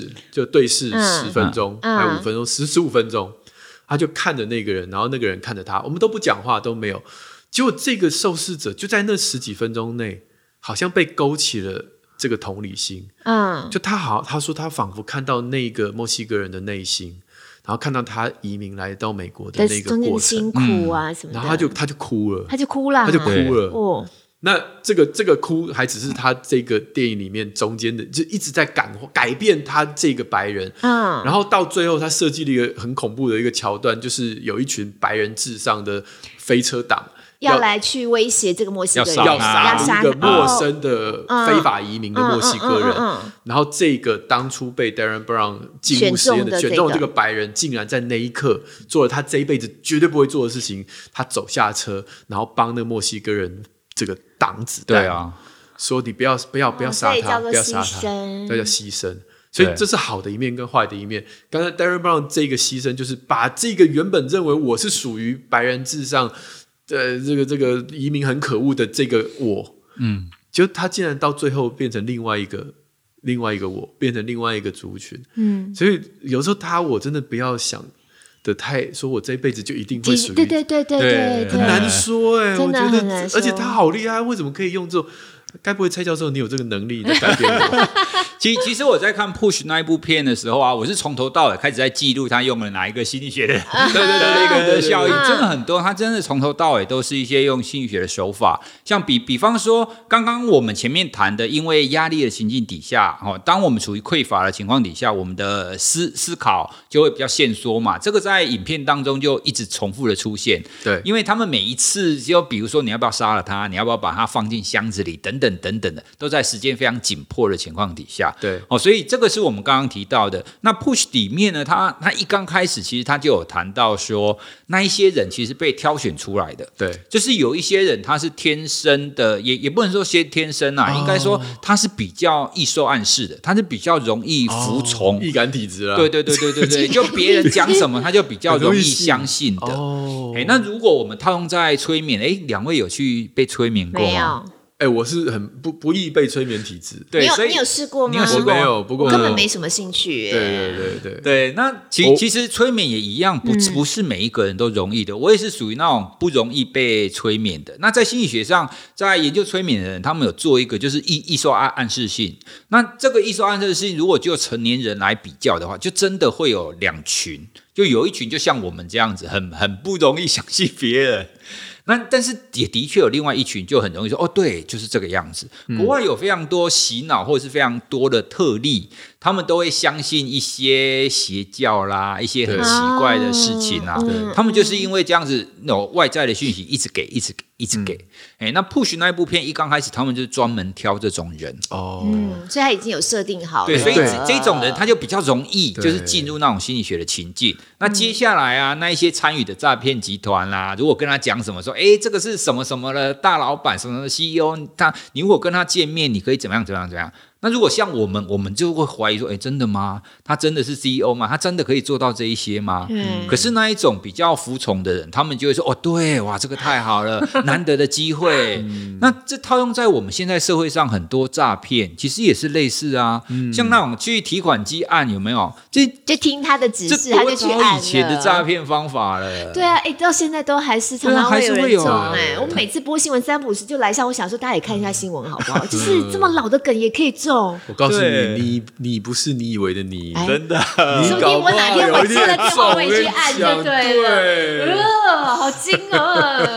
10分钟，还5分钟，15分钟，他就看着那个人，然后那个人看着他，我们都不讲话，都没有。结果这个受试者就在那10几分钟内，好像被勾起了这个同理心。就他说他仿佛看到那个墨西哥人的内心。然后看到他移民来到美国的那个过程， 辛苦啊什么的， 然后他就哭了， 哦， 那这个哭还只是他这个电影里面中间的，就一直在改变他这个白人。然后到最后他设计了一个很恐怖的一个桥段，就是有一群白人至上的飞车党要来去威胁这个墨西哥人， 要杀一个陌生的非法移民的墨西哥人。然后这个当初被 Darren Brown 进入实验的选中的这个白人，竟然在那一刻做了他这一辈子绝对不会做的事情。他走下车，然后帮那个墨西哥人这个挡子弹。 对啊， 说你不要杀他，不要杀他，那叫牺牲。所以这是好的一面跟坏的一面。刚才 Darren Brown 这个牺牲，就是把这个原本认为我是属于白人至上。这个移民很可恶的这个我，就他竟然到最后变成另外一个我，变成另外一个族群。所以有时候我真的不要想的太说我这一辈子就一定会属于， 对， 很难说我觉得，而且他好厉害，为什么可以用这种？该不会蔡教授你有这个能力在改变我？ 其实我在看 Push 那一部片的时候啊，我是从头到尾开始在记录他用了哪一个心理学的的效应，真的很多，他真的从头到尾都是一些用心理学的手法，像比方说刚刚我们前面谈的，因为压力的情境底下，当我们处于匮乏的情况底下，我们的思考就会比较限缩嘛，这个在影片当中就一直重复的出现。 对， 因为他们每一次就比如说你要不要杀了他，你要不要把他放进箱子里等等的，都在时间非常紧迫的情况底下。 对， 所以这个是我们刚刚提到的。那 Push 里面呢，他一刚开始其实他就有谈到说，那一些人其实被挑选出来的。 对， 就是有一些人他是天生的，也不能说先天生啊，应该说他是比较易受暗示的，他是比较容易服从， 易感体质啊。 对，就别人讲什么他就比较容易相信的。那如果我们套用在催眠，两位有去被催眠过吗？ 没有。 我是很不易被催眠体质。 对， 你有试过吗？ 我没有，不过我根本没什么兴趣。 对，那其实催眠也一样，不是每一个人都容易的。我也是属于那种不容易被催眠的。那在心理学上，在研究催眠的人，他们有做一个就是易受暗示性。那这个易受暗示性，如果就成年人来比较的话，就真的会有两群，就有一群就像我们这样子，很不容易相信别人。那但是也的确有另外一群就很容易说对，就是这个样子。国外有非常多洗脑或者是非常多的特例，他们都会相信一些邪教啦，一些很奇怪的事情啊。他们就是因为这样子，外在的讯息一直给。那 Push 那一部片一刚开始，他们就是专门挑这种人。 所以他已经有设定好了。 对，所以这种人他就比较容易就是进入那种心理学的情境。那接下来啊，那一些参与的诈骗集团啦，如果跟他讲什么说，这个是什么什么的大老板，什么的 CEO， 你如果跟他见面，你可以怎么样。那如果像我们就会怀疑说，真的吗？他真的是 CEO 吗？他真的可以做到这一些吗？可是那一种比较服从的人，他们就会说，对，哇，这个太好了，难得的机会。那这套用在我们现在社会上，很多诈骗其实也是类似啊。像那种去提款机按有没有？ 就听他的指示，他就去按了。 以前的诈骗方法了。 对啊，到现在都还是常常会有人中。我每次播新闻3不5时就来一下，我想说大家也看一下新闻好不好？就是这么老的梗也可以中。 我告诉你不是你以为的你， 真的。 说不定我哪天晚上的电话我也去按就对了。好惊哦！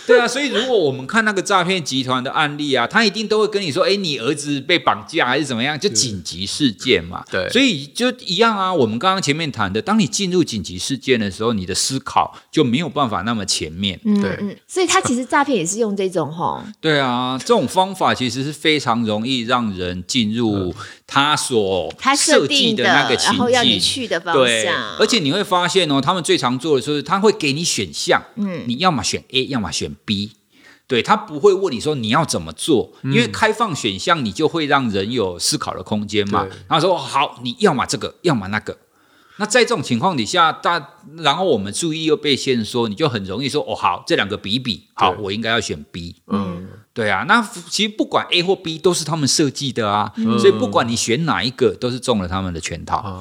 对啊，所以如果我们看那个诈骗集团的案例啊，他一定都会跟你说，你儿子被绑架还是怎么样，就紧急事件嘛。 对， 所以就一样啊。我们刚刚前面谈的，当你进入紧急事件的时候，你的思考就没有办法那么前面。 对， 所以他其实诈骗也是用这种对啊，这种方法其实是非常容易让人进入他设计的那个情境， 然后要你去的方向。 对，而且你会发现他们最常做的就是他会给你选项，你要么选 A， 要么选 B。对，他不会问你说你要怎么做，因为开放选项你就会让人有思考的空间嘛。然后说好，你要么这个，要么那个。那在这种情况底下，然后我们注意又被限缩，你就很容易说好，这两个比比，好，我应该要选 B。对啊，那其实不管 A 或 B 都是他们设计的啊，所以不管你选哪一个，都是中了他们的圈套。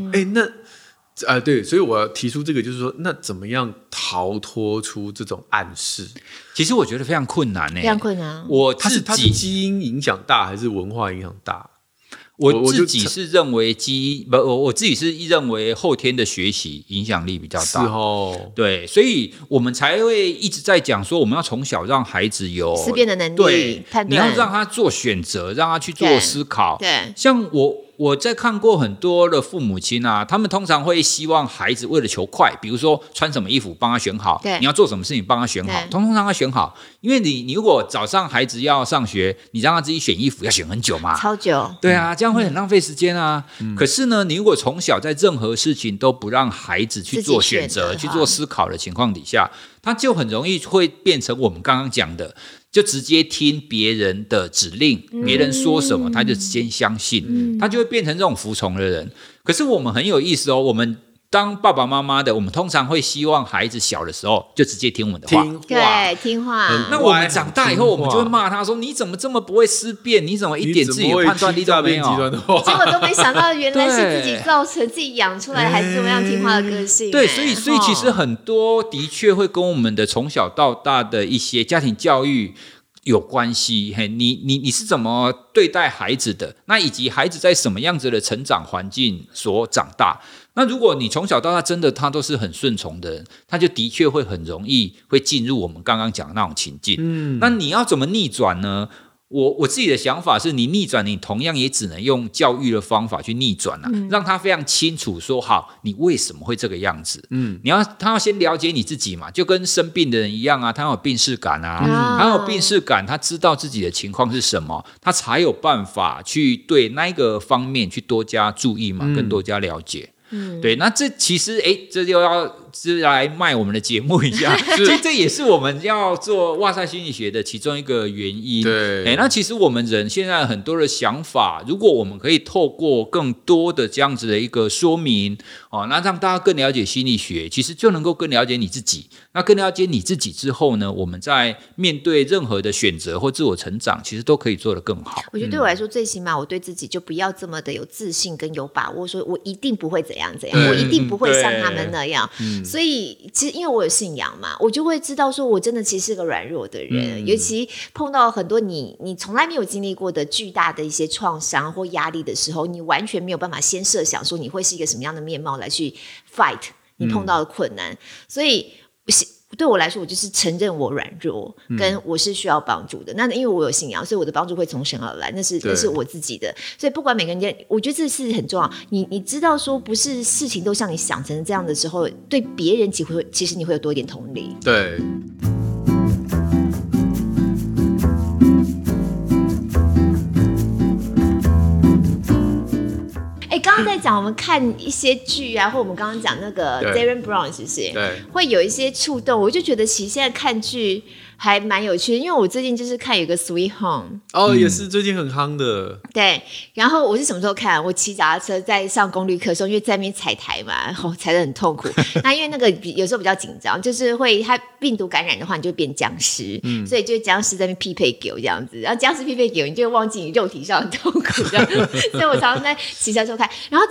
对，所以我要提出这个，就是说，那怎么样逃脱出这种暗示？ 其实我觉得非常困难非常困难。 它是基因影响大，还是文化影响大？ 我自己是认为我自己是认为后天的学习影响力比较大。 是哦， 对，所以我们才会一直在讲说，我们要从小让孩子有思辨的能力， 对， 判断， 你要让他做选择，让他去做思考。 对， 像我在看过很多的父母亲啊，他们通常会希望孩子为了求快，比如说穿什么衣服帮他选好，你要做什么事情帮他选好，通通让他选好。因为你如果早上孩子要上学，你让他自己选衣服要选很久嘛， 超久。 对啊，这样会很浪费时间啊。可是呢，你如果从小在任何事情都不让孩子去做选择、去做思考的情况底下，他就很容易会变成我们刚刚讲的，就直接听别人的指令，别人说什么他就先相信，他就会变成这种服从的人。可是我们很有意思我们当爸爸妈妈的，我们通常会希望孩子小的时候就直接听我们的话， 听话。 那我们长大以后，我们就会骂他说：“你怎么这么不会思辨？你怎么一点自己的判断力都没有？” 结果都没想到，原来是自己造成自己养出来孩子这么样听话的个性。 对，所以其实很多的确会跟我们的从小到大的一些家庭教育有关系。你是怎么对待孩子的？那以及孩子在什么样子的成长环境所长大？那如果你从小到大真的他都是很顺从的人，他就的确会很容易会进入我们刚刚讲的那种情境。那你要怎么逆转呢？我自己的想法是，你逆转，你同样也只能用教育的方法去逆转让他非常清楚说好，你为什么会这个样子。他要先了解你自己嘛，就跟生病的人一样啊，他要有病识感他有病识感，他知道自己的情况是什么，他才有办法去对那一个方面去多加注意嘛，更多加了解。对，那这其实这就要来卖我们的节目一下，其实这也是我们要做哇塞心理学的其中一个原因。 对， 那其实我们人现在很多的想法，如果我们可以透过更多的这样子的一个说明那让大家更了解心理学，其实就能够更了解你自己。那更了解你自己之后呢，我们在面对任何的选择或自我成长，其实都可以做得更好。 我觉得对我来说，最起码我对自己就不要这么的有自信跟有把握，说我一定不会怎样怎样，我一定不会像他们那样。所以其实因为我有信仰嘛，我就会知道说我真的其实是个软弱的人，尤其碰到很多你从来没有经历过的巨大的一些创伤或压力的时候，你完全没有办法先设想说你会是一个什么样的面貌来去 fight 你碰到的困难。所以对我来说，我就是承认我软弱，跟我是需要帮助的。那因为我有信仰，所以我的帮助会从神而来，那是我自己的。所以不管每个人，我觉得这是很重要。你知道说，不是事情都像你想成这样的时候，对别人其实你会有多一点同理。 对。 刚刚在讲我们看一些剧啊，或我们刚刚讲那个 Darren Brown 是不是？ 对， 会有一些触动，我就觉得其实现在看剧还蛮有趣的，因为我最近就是看有个 Sweet Home 也是最近很夯的。 对，然后我是什么时候看？我骑脚踏车在上功率课的时候，因为在那边踩台嘛，踩得很痛苦。那因为那个有时候比较紧张，就是会它病毒感染的话，你就会变僵尸，所以就僵尸在那边匹配给我这样子，然后僵尸匹配给我，你就会忘记你肉体上的痛苦这样。所以我常常在骑车时候看。然后这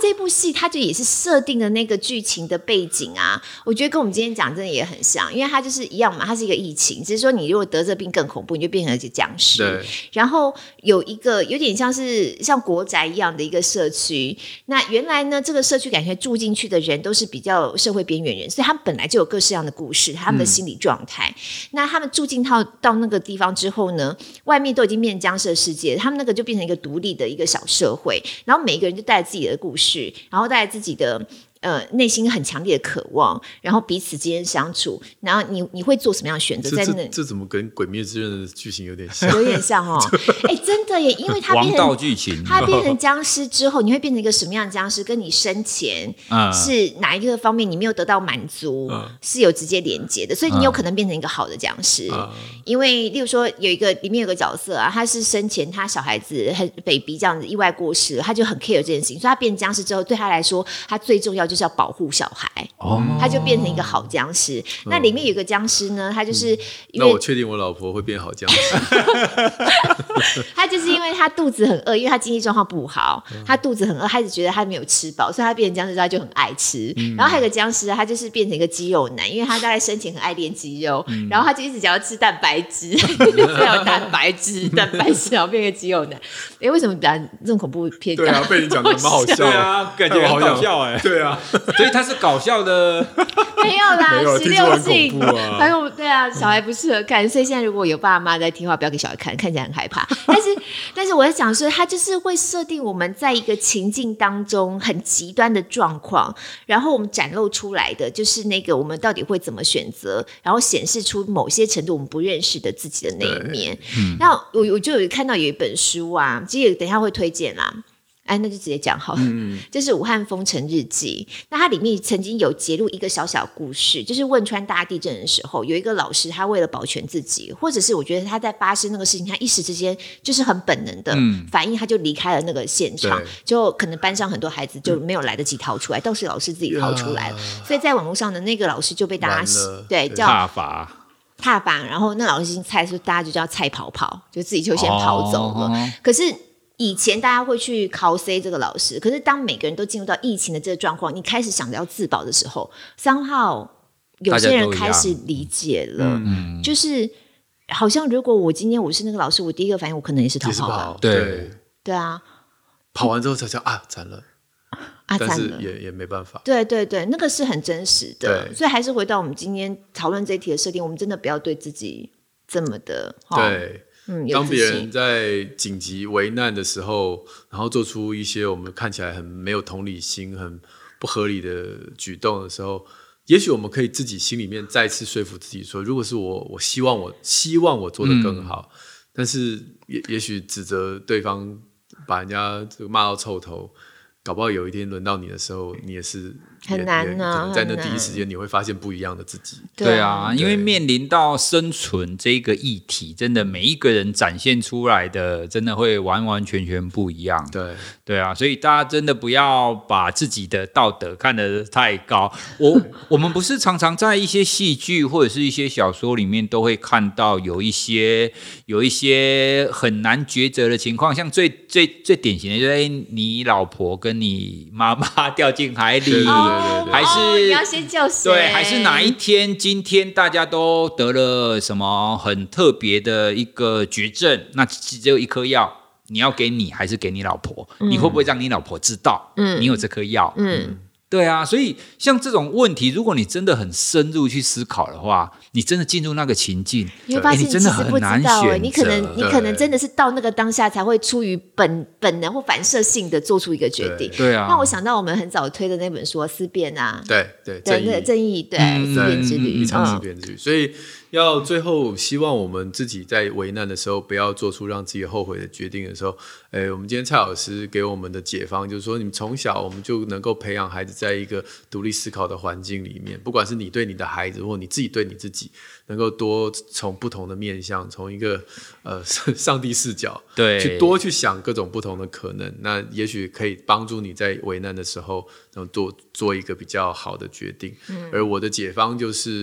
这部戏它就也是设定的那个剧情的背景啊，我觉得跟我们今天讲真的也很像，因为它就是一样嘛，它是一个疫情，只是说你如果得这病更恐怖，你就变成了一个僵尸。 对。 然后有一个有点像国宅一样的一个社区，那原来呢这个社区感觉住进去的人都是比较社会边缘人，所以他们本来就有各式样的故事，他们的心理状态。那他们住进到那个地方之后呢，外面都已经变成僵尸的世界，他们那个就变成一个独立的一个小社会，然后每一个人就带着自己的故事，然后带着自己的内心很强烈的渴望，然后彼此之间相处，然后你会做什么样的选择？ 这怎么跟《鬼灭之刃》的剧情有点像？ 有点像哦，真的耶，因为它王道剧情， 它变成僵尸之后，你会变成一个什么样的僵尸？跟你生前是哪一个方面你没有得到满足，是有直接连接的，所以你有可能变成一个好的僵尸。因为例如说里面有个角色啊，他是生前他小孩子很 baby 这样子意外过世了，他就很 care 这件事情，所以他变僵尸之后，对他来说，他最重要就是要保护小孩，他就变成一个好僵尸。那里面有个僵尸呢，他就是因为那我确定我老婆会变好僵尸。 他就是因为他肚子很饿，因为他经济状况不好，他肚子很饿，他一直觉得他没有吃饱，所以他变成僵尸之后他就很爱吃。然后还有个僵尸，他就是变成一个肌肉男，因为他大概生前很爱练肌肉，然后他就一直想要吃蛋白质，要有蛋白质，然后变成肌肉男。为什么讲这种恐怖片？ 对啊，被你讲的蛮好笑的。 对啊，感觉很搞笑对啊， 所以他是搞笑的。 没有啦，16禁啊， 还有对啊，小孩不适合看，所以现在如果有爸妈在听话，不要给小孩看，看起来很害怕。但是我在想说，他就是会设定我们在一个情境当中很极端的状况，然后我们展露出来的就是那个我们到底会怎么选择，然后显示出某些程度我们不认识的自己的那一面。那我就有看到有一本书啊，其实等一下会推荐啦。那就直接讲好了。就是武汉封城日记，那它里面曾经有揭露一个小小故事，就是汶川大地震的时候，有一个老师他为了保全自己，或者是我觉得他在发生那个事情，他一时之间就是很本能的反应，他就离开了那个现场，就可能班上很多孩子就没有来得及逃出来，倒是老师自己逃出来了，所以在网络上的那个老师就被大家对叫踏伐，然后那老师已经猜说大家就叫蔡跑跑，就自己就先跑走了。可是以前大家会去cos这个老师，可是当每个人都进入到疫情的这个状况，你开始想着要自保的时候，somehow有些人开始理解了，就是好像如果我今天我是那个老师，我第一个反应我可能也是逃跑吧。对啊， 跑完之后才想惨了。但是也没办法。 对，那个是很真实的，所以还是回到我们今天讨论这一题的设定，我们真的不要对自己这么的对。当别人在紧急危难的时候，然后做出一些我们看起来很没有同理心、很不合理的举动的时候，也许我们可以自己心里面再次说服自己说，如果是我希望我做得更好，但是也许指责对方，把人家骂到臭头，搞不好有一天轮到你的时候，你也是很难啊， 可能在那第一时间你会发现不一样的自己。 对啊，因为面临到生存这个议题，真的每一个人展现出来的真的会完完全全不一样。对啊，所以大家真的不要把自己的道德看得太高。我们不是常常在一些戏剧或者是一些小说里面都会看到有一些很难抉择的情况，像最典型的就是你老婆跟你妈妈掉进海里，还是你要先救谁？ 对，还是哪一天今天大家都得了什么很特别的一个绝症，那只有一颗药，你要给你还是给你老婆？你会不会让你老婆知道你有这颗药？对啊，所以像这种问题，如果你真的很深入去思考的话，你真的进入那个情境， 你会发现你真的很难选择。 你可能真的是到那个当下才会出于本能或反射性的做出一个决定。 对啊， 那我想到我们很早推的那本书《思辨》啊， 对， 正义，思辨之旅， 一场思辨之旅。所以要最后希望我们自己在危难的时候，不要做出让自己后悔的决定的时候，我们今天蔡老师给我们的解方就是说，你们从小我们就能够培养孩子在一个独立思考的环境里面，不管是你对你的孩子，或你自己对你自己，能够多从不同的面向，从一个上帝视角，去多去想各种不同的可能，那也许可以帮助你在危难的时候，做一个比较好的决定。而我的解方就是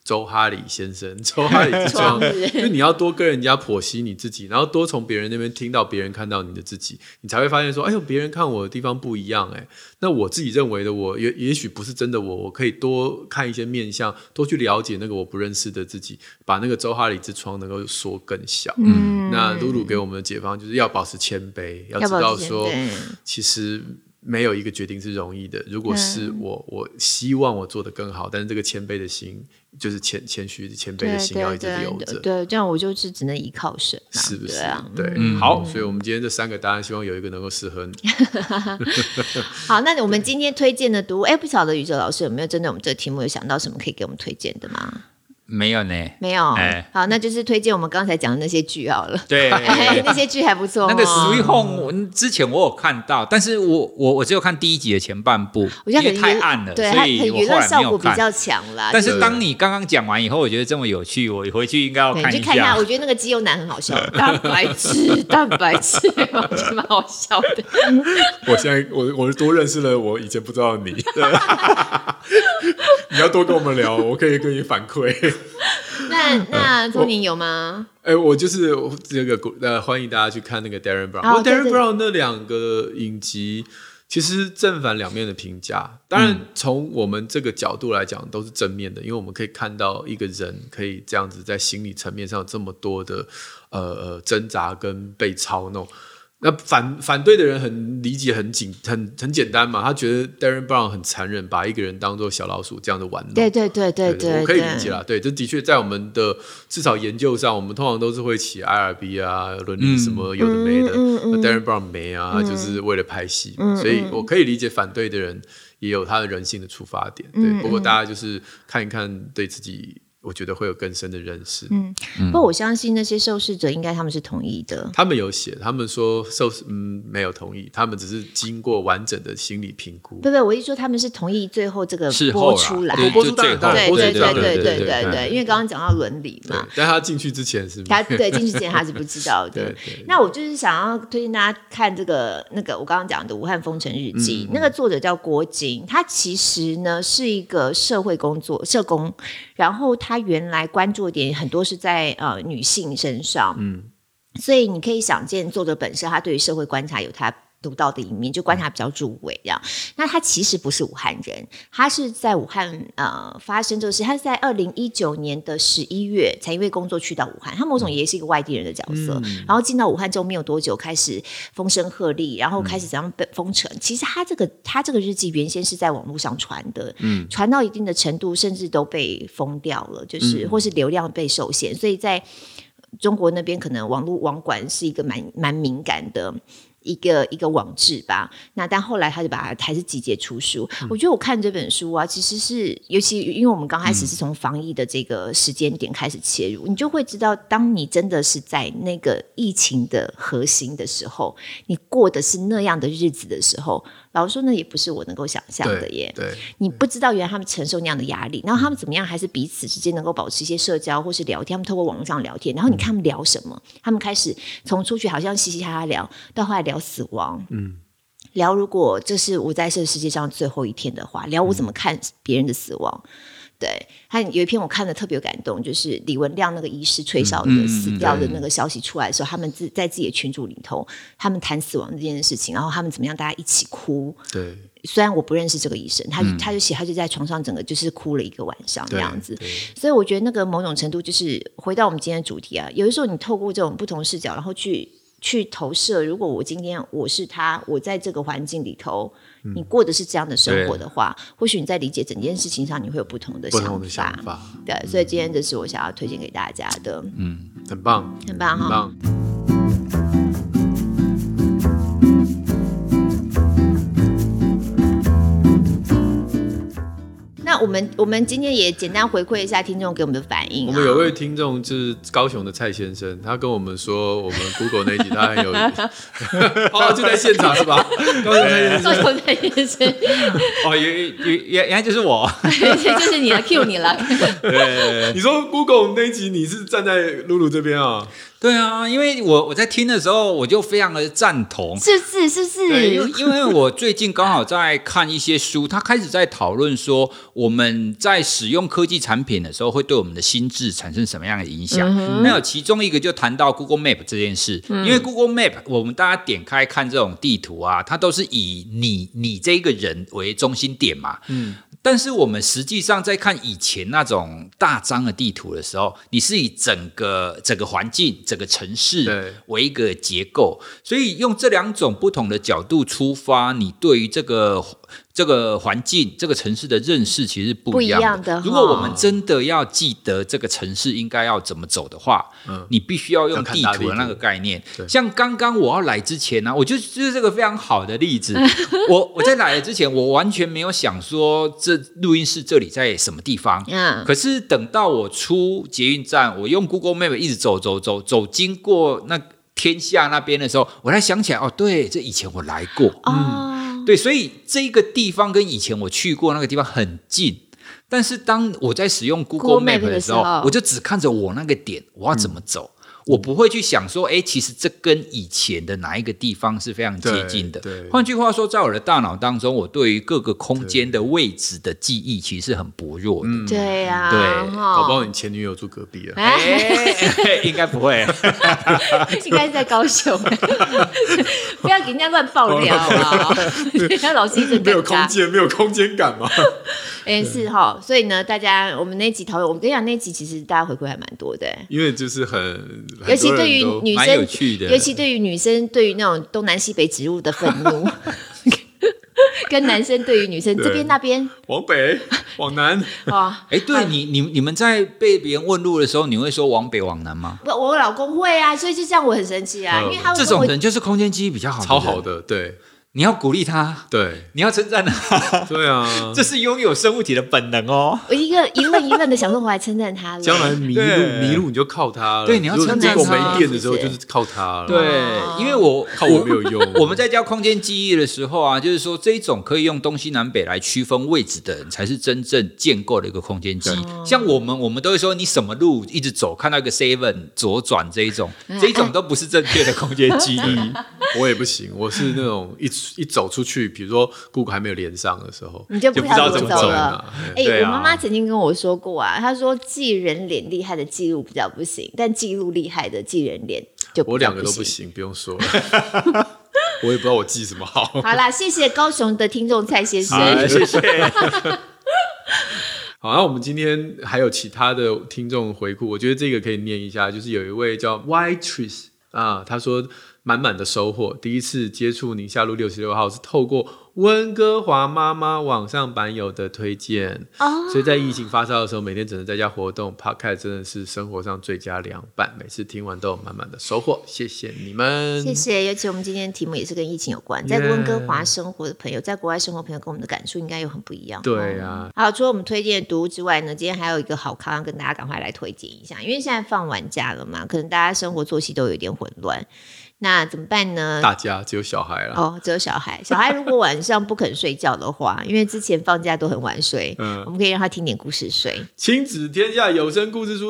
周哈里先生，周哈里之窗，就你要多跟人家剖析你自己，然后多从别人那边听到别人看到你的自己，你才会发现说，哎呦，别人看我的地方不一样，那我自己认为的我也许不是真的我可以多看一些面向，多去了解那个我不认识的自己，把那个周哈里之窗能够缩更小。那露露给我们的解方就是要保持谦卑，要知道说，其实没有一个决定是容易的。如果是我希望我做得更好，但是这个谦卑的心，就是谦虚谦卑的心要一直留着。 对，这样我就是只能依靠神， 是不是？ 对， 好，所以我们今天这3个答案，希望有一个能够适合你。 好，那我们今天推荐的读物，不晓得宇哲老师有没有针对我们这个题目有想到什么可以给我们推荐的吗？ 没有呢， 没有。好，那就是推荐我们刚才讲的那些剧好了。 对， 那些剧还不错。 那个《Sweet Home》之前我有看到，但是我只有看第1集的前半部， 我觉得因为太暗了， 对， 所以我后来没有看。娱乐效果比较强啦。 但是当你刚刚讲完以后，我觉得这么有趣，我回去应该要看一下。 你去看一下，我觉得那个肌肉男很好笑，蛋白质，我觉得蛮好笑的。 我现在我多认识了我以前不知道的你，你要多跟我们聊，我可以跟你反馈。 那钟宁有吗？ 我就是这个欢迎大家去看那个 Darren Brown。Darren Brown 那2个影集，其实正反两面的评价，当然从我们这个角度来讲都是正面的，因为我们可以看到一个人可以这样子在心理层面上有这么多的挣扎跟被操弄。那反对的人很理解很简单嘛，他觉得 Darren Brown 很残忍，把一个人当作小老鼠这样的玩弄。 对， 我可以理解啦。对，这的确在我们的至少研究上，我们通常都是会起 IRB 啊、伦理什么有的没的。Darren Brown 没啊，他就是为了拍戏，所以我可以理解反对的人也有他的人性的出发点。对，不过大家就是看一看，对自己。我觉得会有更深的认识。 不过我相信那些受试者应该他们是同意的。 他们有写，他们说没有同意，他们只是经过完整的心理评估。 对，我一说他们是同意最后这个播出来， 播出当然对，因为刚刚讲到伦理嘛。 但他进去之前是进去之前他是不知道的。那我就是想要推荐大家看那个我刚刚讲的《武汉封城日记》，那个作者叫郭晶，他其实呢是一个社工，然后他原来关注的点很多是在女性身上，所以你可以想见作者本身他对于社会观察有他独到的一面，就观察比较入微这样。那他其实不是武汉人，他是在武汉发生这个事，他是在2019年的11月才因为工作去到武汉，他某种也是一个外地人的角色，然后进到武汉之后没有多久开始风声鹤唳，然后开始怎样被封城。其实他这个日记原先是在网络上传的，传到一定的程度甚至都被封掉了，就是或是流量被受限，所以在中国那边可能网络网管是一个蛮敏感的一个网志吧。那但后来他就把它还是集结出书。我觉得我看这本书啊，其实是尤其因为我们刚开始是从防疫的这个时间点开始切入，你就会知道，当你真的是在那个疫情的核心的时候，你过的是那样的日子的时候，老实说那也不是我能够想象的耶。 对， 你不知道原来他们承受那样的压力，然后他们怎么样还是彼此之间能够保持一些社交或是聊天，他们透过网络上聊天，然后你看他们聊什么，他们开始从出去好像嘻嘻哈哈聊，到后来聊死亡，聊如果这是我在这个世界上最后一天的话，聊我怎么看别人的死亡。对，他有一篇我看的特别有感动，就是李文亮那个医师吹哨的死掉的那个消息出来的时候，他们在自己的群组里头，他们谈死亡这件事情，然后他们怎么样大家一起哭。 对， 虽然我不认识这个医生，他就在床上整个就是哭了一个晚上这样子。所以我觉得那个某种程度就是回到我们今天的主题啊，有的时候你透过这种不同视角，然后去投射，如果我今天我是他，我在这个环境里头，你过的是这样的生活的话，或许你在理解整件事情上你会有不同的想法。对，所以今天这是我想要推荐给大家的。 很棒， 很棒哈。那我们今天也简单回馈一下听众给我们的反应。 我们有位听众就是高雄的蔡先生，他跟我们说，我们 Google 那一集他很有就在现场是吧？高雄蔡先生， 原来就是我， 就是你了 ，Q 你了。 对，你说 Google 那一集你是站在露露这边啊？ 对啊，因为我在听的时候，我就非常的赞同， 是不是？ 对，因为我最近刚好在看一些书，他开始在讨论说，我们在使用科技产品的时候，会对我们的心智产生什么样的影响？那有其中一个就谈到 Google Map 这件事，因为 Google Map 我们大家点开看这种地图啊，它都是以你这个人为中心点嘛。但是我们实际上在看以前那种大张的地图的时候，你是以整个环境、整个城市为一个结构，所以用这两种不同的角度出发，你对于这个环境、这个城市的认识其实是不一样的。如果我们真的要记得这个城市应该要怎么走的话，你必须要用地图的那个概念。像刚刚我要来之前呢，我就是这个非常好的例子。我在来之前，我完全没有想说这录音室这里在什么地方。可是等到我出捷运站，我用 Google Map 一直走经过那天下那边的时候，我才想起来，对，这以前我来过。对，所以这个地方跟以前我去过那个地方很近，但是当我在使用 Google Map 的时候，我就只看着我那个点，我要怎么走。我不会去想说，其实这跟以前的哪一个地方是非常接近的。换句话说，在我的大脑当中，我对于各个空间的位置的记忆其实是很薄弱的。 对啊， 对，搞不好你前女友住隔壁了。 应该不会， 应该是在高雄。不要给人家乱爆料啊！人家老师一直没有空间感嘛。 是哈，所以呢，大家我们那集讨论，我跟你讲，那集其实大家回馈还蛮多的， 因为就是尤其对于女生， 有趣的， 尤其对于女生对于那种东南西北植物的愤怒，跟男生对于女生这边那边往北往南对你们在被别人问路的时候，你会说往北往南吗？ 不，我老公会啊，所以就这样我很生气啊，因为他这种人就是空间记忆比较好的人， 超好的，对。 你要鼓励他， 对， 你要称赞他， 对啊， 这是拥有生物体的本能哦。 我一愣的想说，我还称赞他了。 将来迷路你就靠他了。 对，你要称赞他。 如果没电的时候就是靠他了。 对，因为靠我没有用。 我们在教空间记忆的时候啊，就是说这一种可以用东西南北来区分位置的人，才是真正建构的一个空间记忆。像我们都会说，你什么路一直走，看到一个 7 左转这一种都不是正确的空间记忆。 我也不行，我是那种一走出去，比如说 Google 还没有连上的时候， 你就不知道怎么走了。 我妈妈曾经跟我说过啊，她说记人脸厉害的记录比较不行，但记录厉害的记人脸就比较不行。 我两个都不行，不用说了。我也不知道我记什么好。 好啦，谢谢高雄的听众蔡先生， 谢谢。 好，那我们今天还有其他的听众回顾，我觉得这个可以念一下，就是有一位叫 Ytris 啊，他说满满的收获，第一次接触宁夏路66号是透过温哥华妈妈网上版友的推荐，所以在疫情发烧的时候，每天只能在家活动 Podcast 真的是生活上最佳凉拌，每次听完都有满满的收获，谢谢你们， 谢谢。尤其我们今天的题目也是跟疫情有关，在温哥华生活的朋友，在国外生活的朋友跟我们的感触应该有很不一样。 对啊， 好，除了我们推荐的读物之外呢，今天还有一个好康要跟大家赶快来推荐一下，因为现在放完假了嘛，可能大家生活作息都有点混乱。那怎么办呢？ 大家只有小孩啦。 只有小孩。小孩如果晚上不肯睡觉的话，因为之前放假都很晚睡，我们可以让他听点故事睡。 亲子天下有声故事书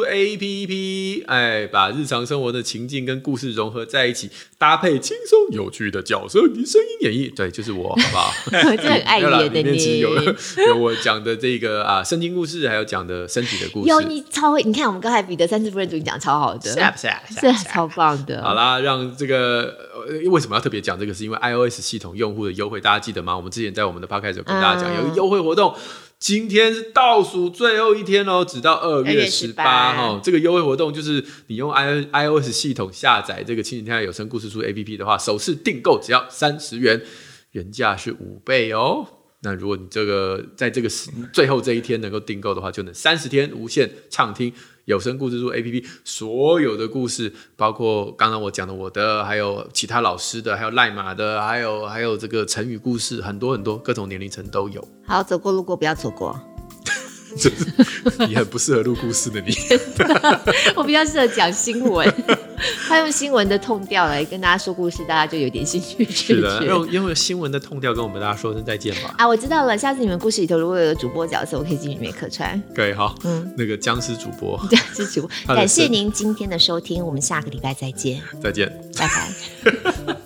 APP， 把日常生活的情境跟故事融合在一起，搭配轻松有趣的角色与声音演绎。对，就是我，好不好？ 真的很爱演的你。 里面其实有我讲的这个圣经故事，还有讲的身体的故事。 有你超会，你看我们刚才彼得3次夫人组你讲超好的，是超棒的。 好啦，让这个为什么要特别讲这个？是因为 iOS 系统用户的优惠，大家记得吗？我们之前在我们的 Podcast 有跟大家讲，有一个优惠活动，今天是倒数最后一天哦，直到2月18。这个优惠活动就是你用 iOS 系统下载这个亲子天下有声故事书 APP 的话，首次订购只要30元，原价是5倍哦。那如果你在这个最后这一天能够订购的话，就能30天无限畅听有声故事书 APP 所有的故事，包括刚刚我讲的我的，还有其他老师的，还有赖马的，还有这个成语故事，很多很多各种年龄层都有。 好，走过路过不要错过。 你很不适合录故事的你。 我比较适合讲新闻，他用新闻的痛调来跟大家说故事，大家就有点兴趣。 是的，用新闻的痛调跟我们大家说声再见吧。 我知道了，下次你们故事里头如果有个主播角色，我可以进里面客串。 可以，好，那个僵尸主播， 感谢您今天的收听，我们下个礼拜再见。 再见， 拜拜。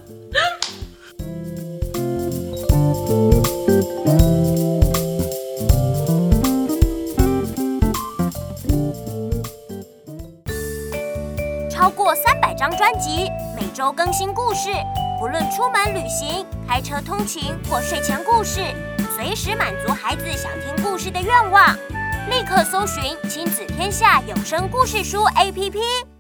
超过300张专辑，每周更新故事，不论出门旅行、开车通勤或睡前故事，随时满足孩子想听故事的愿望。立刻搜寻亲子天下有声故事书 APP。